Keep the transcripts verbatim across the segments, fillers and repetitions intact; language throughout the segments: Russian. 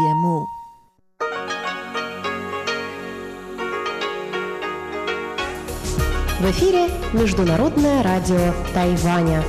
节目。 В эфире Международное радио Тайваня.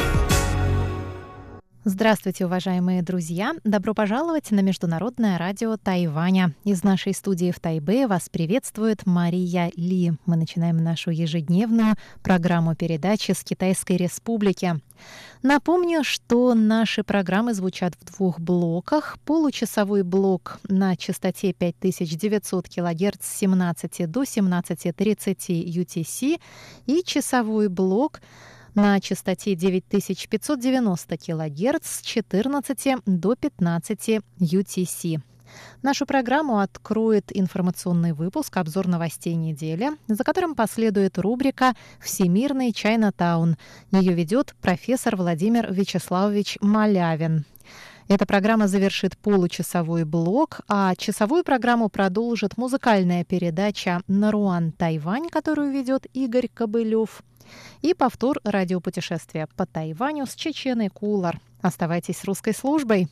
Здравствуйте, уважаемые друзья! Добро пожаловать на Международное радио Тайваня. Из нашей студии в Тайбэе вас приветствует Мария Ли. Мы начинаем нашу ежедневную программу передачи с Китайской Республики. Напомню, что наши программы звучат в двух блоках. Получасовой блок на частоте пять тысяч девятьсот килогерц с семнадцати до семнадцати тридцати ю ти си и часовой блок на частоте девять тысяч пятьсот девяносто килогерц с четырнадцати до пятнадцати ю ти си. Нашу программу откроет информационный выпуск «Обзор новостей недели», за которым последует рубрика «Всемирный Чайнатаун». Ее ведет профессор Владимир Вячеславович Малявин. Эта программа завершит получасовой блок, а часовую программу продолжит музыкальная передача «Наруан Тайвань», которую ведет Игорь Кобылев, и повтор радиопутешествия по Тайваню с Чеченой Кулар. Оставайтесь с русской службой.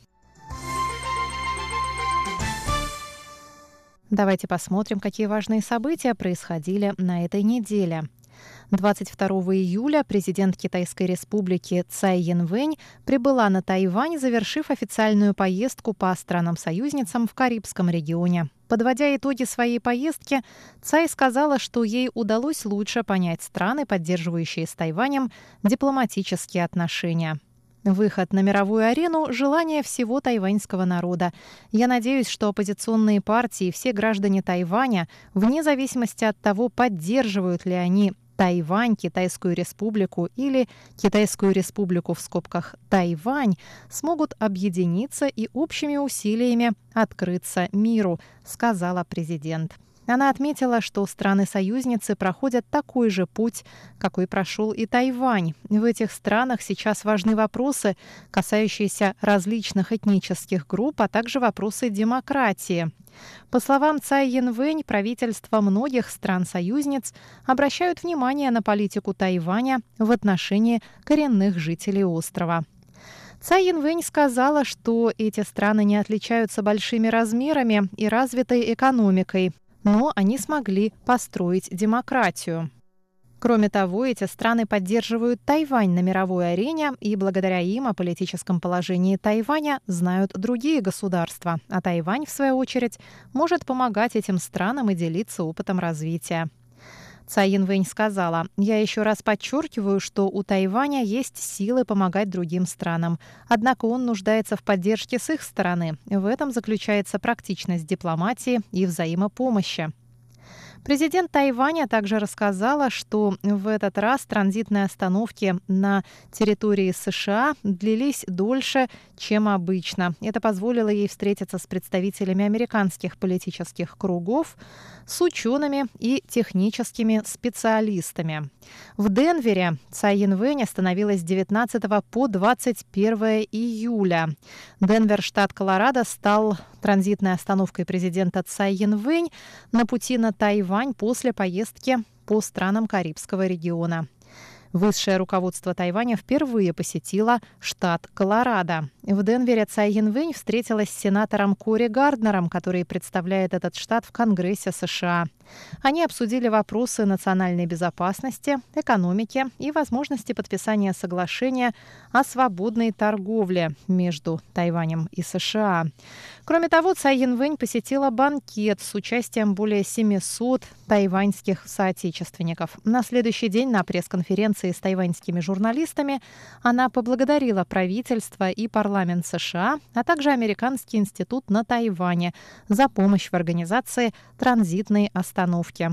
Давайте посмотрим, какие важные события происходили на этой неделе. двадцать второго июля президент Китайской Республики Цай Янвэнь прибыла на Тайвань, завершив официальную поездку по странам-союзницам в Карибском регионе. Подводя итоги своей поездки, Цай сказала, что ей удалось лучше понять страны, поддерживающие с Тайванем дипломатические отношения. Выход на мировую арену – желание всего тайваньского народа. Я надеюсь, что оппозиционные партии и все граждане Тайваня, вне зависимости от того, поддерживают ли они Тайвань, Китайскую Республику или Китайскую Республику в скобках Тайвань, смогут объединиться и общими усилиями открыться миру, сказала президент. Она отметила, что страны-союзницы проходят такой же путь, какой прошел и Тайвань. В этих странах сейчас важны вопросы, касающиеся различных этнических групп, а также вопросы демократии. По словам Цай Янвэнь, правительства многих стран-союзниц обращают внимание на политику Тайваня в отношении коренных жителей острова. Цай Янвэнь сказала, что эти страны не отличаются большими размерами и развитой экономикой, но они смогли построить демократию. Кроме того, эти страны поддерживают Тайвань на мировой арене, и благодаря им о политическом положении Тайваня знают другие государства, а Тайвань, в свою очередь, может помогать этим странам и делиться опытом развития. Цай Янвэнь сказала: «Я еще раз подчеркиваю, что у Тайваня есть силы помогать другим странам. Однако он нуждается в поддержке с их стороны. В этом заключается практичность дипломатии и взаимопомощи». Президент Тайваня также рассказала, что в этот раз транзитные остановки на территории США длились дольше, чем обычно. Это позволило ей встретиться с представителями американских политических кругов, с учеными и техническими специалистами. В Денвере Цай Янвэнь остановилась с девятнадцатого по двадцать первое июля. Денвер, штат Колорадо, стал транзитной остановкой президента Цай Янвэнь на пути на Тайвань после поездки по странам Карибского региона. Высшее руководство Тайваня впервые посетило штат Колорадо. В Денвере Цай Янвэнь встретилась с сенатором Кори Гарднером, который представляет этот штат в Конгрессе США. Они обсудили вопросы национальной безопасности, экономики и возможности подписания соглашения о свободной торговле между Тайванем и США. Кроме того, Цай Янвэнь посетила банкет с участием более семисот тайваньских соотечественников. На следующий день на пресс-конференции с тайваньскими журналистами она поблагодарила правительство и парламент США, а также Американский институт на Тайване за помощь в организации транзитной остановки.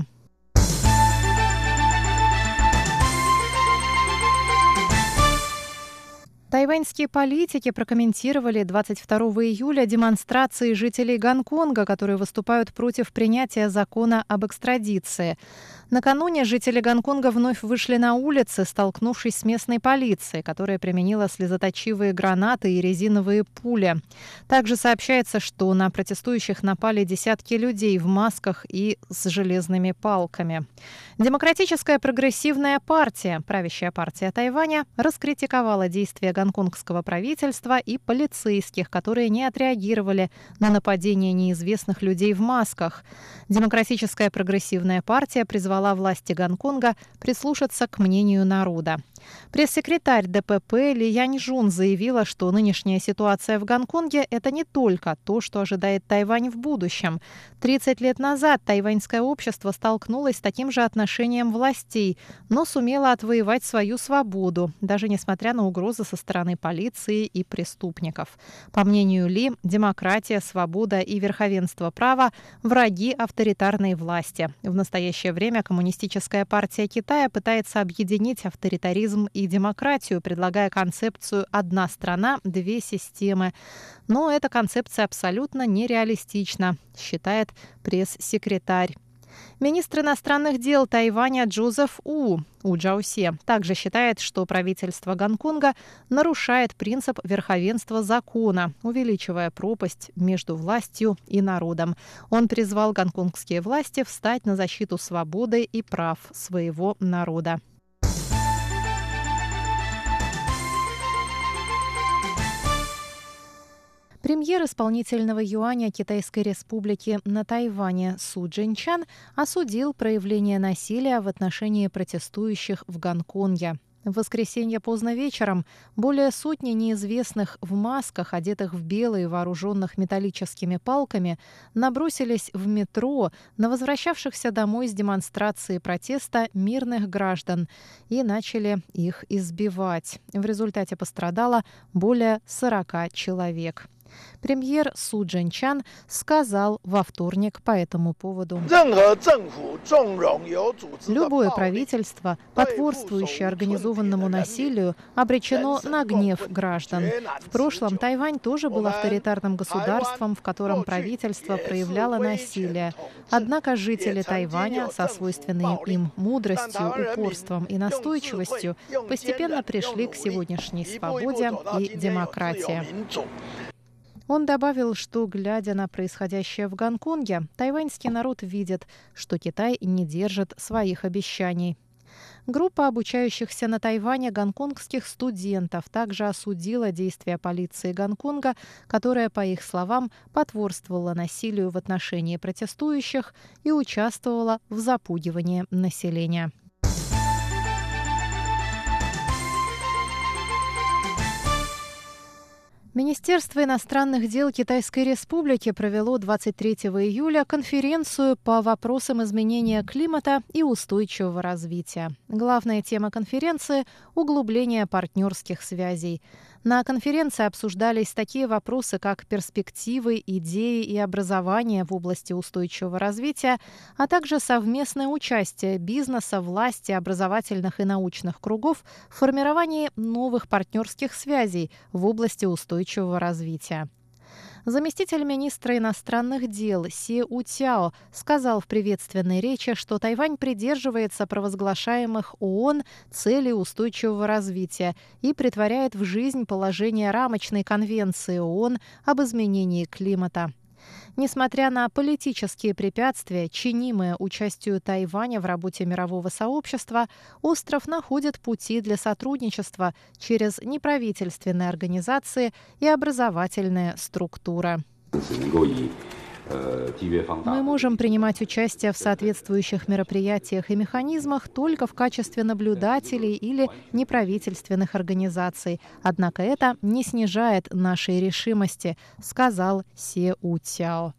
Тайваньские политики прокомментировали двадцать второго июля демонстрации жителей Гонконга, которые выступают против принятия закона об экстрадиции. Накануне жители Гонконга вновь вышли на улицы, столкнувшись с местной полицией, которая применила слезоточивые гранаты и резиновые пули. Также сообщается, что на протестующих напали десятки людей в масках и с железными палками. Демократическая прогрессивная партия, правящая партия Тайваня, раскритиковала действия гонконгского правительства и полицейских, которые не отреагировали на нападение неизвестных людей в масках. Демократическая прогрессивная партия призвала власти Гонконга прислушаться к мнению народа. Пресс-секретарь Дэ Пэ Пэ Ли Яньжун заявила, что нынешняя ситуация в Гонконге – это не только то, что ожидает Тайвань в будущем. тридцать лет назад тайваньское общество столкнулось с таким же отношением властей, но сумело отвоевать свою свободу, даже несмотря на угрозы со стороны полиции и преступников. По мнению Ли, демократия, свобода и верховенство права – враги авторитарной власти. В настоящее время Коммунистическая партия Китая пытается объединить авторитаризм и демократию, предлагая концепцию «одна страна, две системы». Но эта концепция абсолютно нереалистична, считает пресс-секретарь. Министр иностранных дел Тайваня Джозеф У, У Джаусе, также считает, что правительство Гонконга нарушает принцип верховенства закона, увеличивая пропасть между властью и народом. Он призвал гонконгские власти встать на защиту свободы и прав своего народа. Премьер исполнительного юаня Китайской Республики на Тайване Су Чжэньчан осудил проявление насилия в отношении протестующих в Гонконге. В воскресенье поздно вечером более сотни неизвестных в масках, одетых в белые, вооруженных металлическими палками, набросились в метро на возвращавшихся домой с демонстрации протеста мирных граждан и начали их избивать. В результате пострадало более сорока человек. Премьер Су Чжэньчан сказал во вторник по этому поводу: «Любое правительство, потворствующее организованному насилию, обречено на гнев граждан. В прошлом Тайвань тоже был авторитарным государством, в котором правительство проявляло насилие. Однако жители Тайваня со свойственной им мудростью, упорством и настойчивостью постепенно пришли к сегодняшней свободе и демократии». Он добавил, что, глядя на происходящее в Гонконге, тайваньский народ видит, что Китай не держит своих обещаний. Группа обучающихся на Тайване гонконгских студентов также осудила действия полиции Гонконга, которая, по их словам, потворствовала насилию в отношении протестующих и участвовала в запугивании населения. Министерство иностранных дел Китайской Республики провело двадцать третьего июля конференцию по вопросам изменения климата и устойчивого развития. Главная тема конференции – углубление партнерских связей. На конференции обсуждались такие вопросы, как перспективы, идеи и образование в области устойчивого развития, а также совместное участие бизнеса, власти, образовательных и научных кругов в формировании новых партнерских связей в области устойчивого развития. Заместитель министра иностранных дел Се Утяо сказал в приветственной речи, что Тайвань придерживается провозглашаемых ООН целей устойчивого развития и претворяет в жизнь положение рамочной конвенции ООН об изменении климата. Несмотря на политические препятствия, чинимые участию Тайваня в работе мирового сообщества, остров находит пути для сотрудничества через неправительственные организации и образовательные структуры. Мы можем принимать участие в соответствующих мероприятиях и механизмах только в качестве наблюдателей или неправительственных организаций. Однако это не снижает нашей решимости, сказал Се Утяо.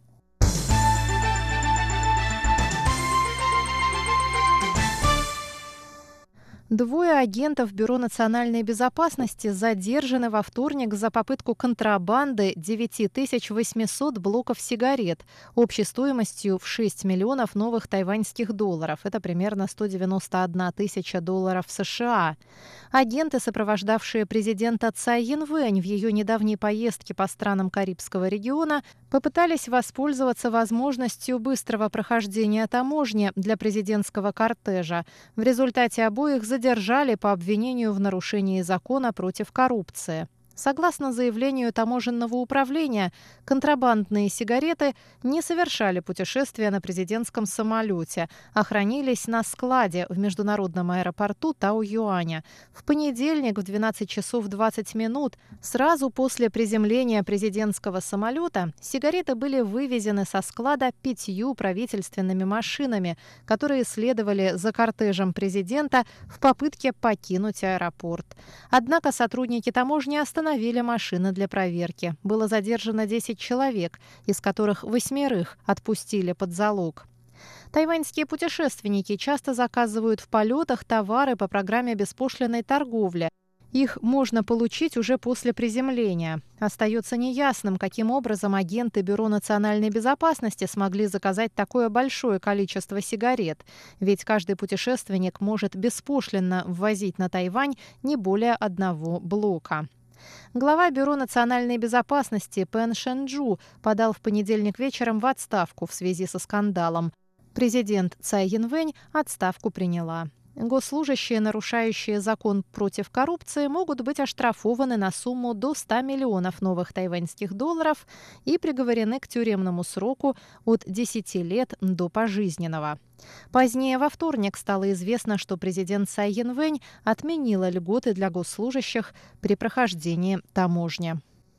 Двое агентов Бюро национальной безопасности задержаны во вторник за попытку контрабанды девять тысяч восемьсот блоков сигарет общей стоимостью в шесть миллионов новых тайваньских долларов. Это примерно сто девяносто одна тысяча долларов США. Агенты, сопровождавшие президента Цай Янвэнь в ее недавней поездке по странам Карибского региона, попытались воспользоваться возможностью быстрого прохождения таможни для президентского кортежа. В результате обоих задержали по обвинению в нарушении закона против коррупции. Согласно заявлению таможенного управления, контрабандные сигареты не совершали путешествия на президентском самолете, а хранились на складе в международном аэропорту Таоюаня. В понедельник в двенадцать часов двадцать минут, сразу после приземления президентского самолета, сигареты были вывезены со склада пятью правительственными машинами, которые следовали за кортежем президента в попытке покинуть аэропорт. Однако сотрудники таможни остановились. Остановили машины для проверки. Было задержано десять человек, из которых восьмерых отпустили под залог. Тайваньские путешественники часто заказывают в полетах товары по программе беспошлинной торговли. Их можно получить уже после приземления. Остается неясным, каким образом агенты Бюро национальной безопасности смогли заказать такое большое количество сигарет. Ведь каждый путешественник может беспошлинно ввозить на Тайвань не более одного блока. Глава Бюро национальной безопасности Пэн Шэньчжу подал в понедельник вечером в отставку в связи со скандалом. Президент Цай Янвэнь отставку приняла. Госслужащие, нарушающие закон против коррупции, могут быть оштрафованы на сумму до ста миллионов новых тайваньских долларов и приговорены к тюремному сроку от десяти лет до пожизненного. Позднее во вторник стало известно, что президент Цай Янвэнь отменила льготы для госслужащих при прохождении таможни.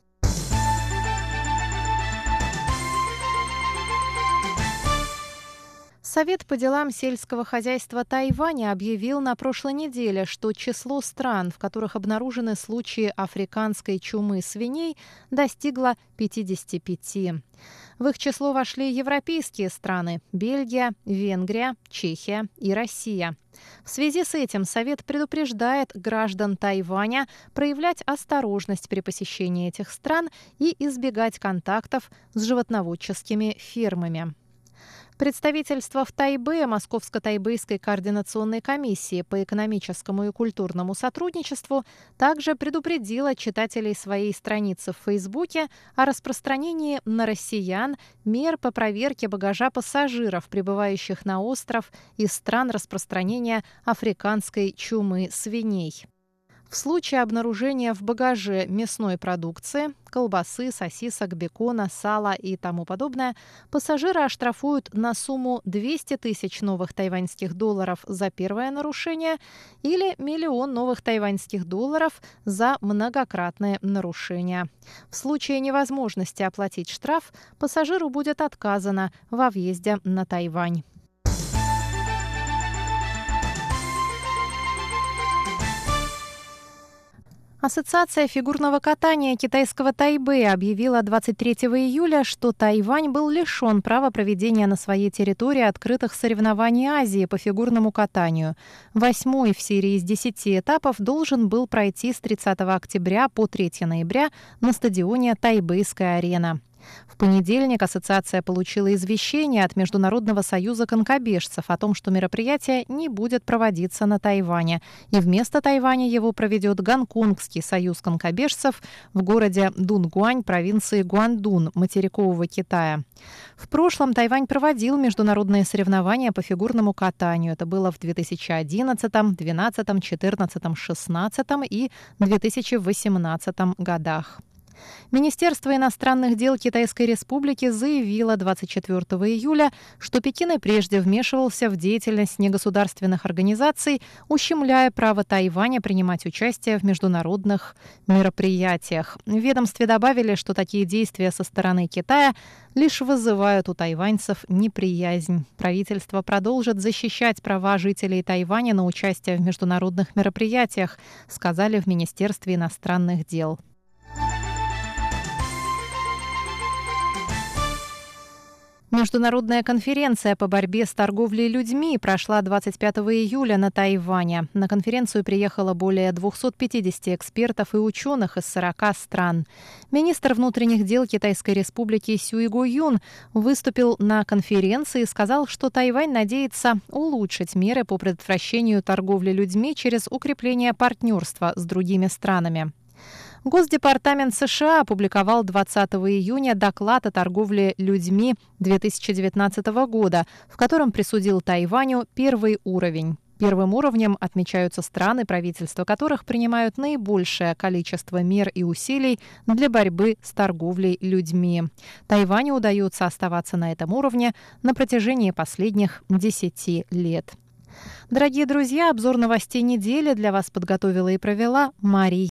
Совет по делам сельского хозяйства Тайваня объявил на прошлой неделе, что число стран, в которых обнаружены случаи африканской чумы свиней, достигло пятидесяти пяти. В их число вошли европейские страны – Бельгия, Венгрия, Чехия и Россия. В связи с этим Совет предупреждает граждан Тайваня проявлять осторожность при посещении этих стран и избегать контактов с животноводческими фермами. Представительство в Тайбе Московско-Тайбэйской координационной комиссии по экономическому и культурному сотрудничеству также предупредило читателей своей страницы в Фейсбуке о распространении на россиян мер по проверке багажа пассажиров, прибывающих на остров из стран распространения африканской чумы свиней. В случае обнаружения в багаже мясной продукции, колбасы, сосисок, бекона, сала и тому подобное, пассажиры оштрафуют на сумму двести тысяч новых тайваньских долларов за первое нарушение или миллион новых тайваньских долларов за многократное нарушение. В случае невозможности оплатить штраф, пассажиру будет отказано во въезде на Тайвань. Ассоциация фигурного катания китайского Тайбэя объявила двадцать третьего июля, что Тайвань был лишен права проведения на своей территории открытых соревнований Азии по фигурному катанию. Восьмой в серии из десяти этапов должен был пройти с тридцатого октября по третьего ноября на стадионе Тайбэйская арена. В понедельник ассоциация получила извещение от Международного союза конькобежцев о том, что мероприятие не будет проводиться на Тайване, и вместо Тайваня его проведет Гонконгский союз конькобежцев в городе Дунгуань провинции Гуандун, материкового Китая. В прошлом Тайвань проводил международные соревнования по фигурному катанию. Это было в две тысячи одиннадцатом, две тысячи двенадцатом, две тысячи четырнадцатом, две тысячи шестнадцатом и две тысячи восемнадцатом годах. Министерство иностранных дел Китайской Республики заявило двадцать четвёртого июля, что Пекин и прежде вмешивался в деятельность негосударственных организаций, ущемляя право Тайваня принимать участие в международных мероприятиях. В ведомстве добавили, что такие действия со стороны Китая лишь вызывают у тайваньцев неприязнь. Правительство продолжит защищать права жителей Тайваня на участие в международных мероприятиях, сказали в Министерстве иностранных дел. Международная конференция по борьбе с торговлей людьми прошла двадцать пятого июля на Тайване. На конференцию приехало более двухсот пятидесяти экспертов и ученых из сорока стран. Министр внутренних дел Китайской Республики Сюй Гуюн выступил на конференции и сказал, что Тайвань надеется улучшить меры по предотвращению торговли людьми через укрепление партнерства с другими странами. Госдепартамент США опубликовал двадцатого июня доклад о торговле людьми две тысячи девятнадцатого года, в котором присудил Тайваню первый уровень. Первым уровнем отмечаются страны, правительства которых принимают наибольшее количество мер и усилий для борьбы с торговлей людьми. Тайваню удается оставаться на этом уровне на протяжении последних десяти лет. Дорогие друзья, обзор новостей недели для вас подготовила и провела Мария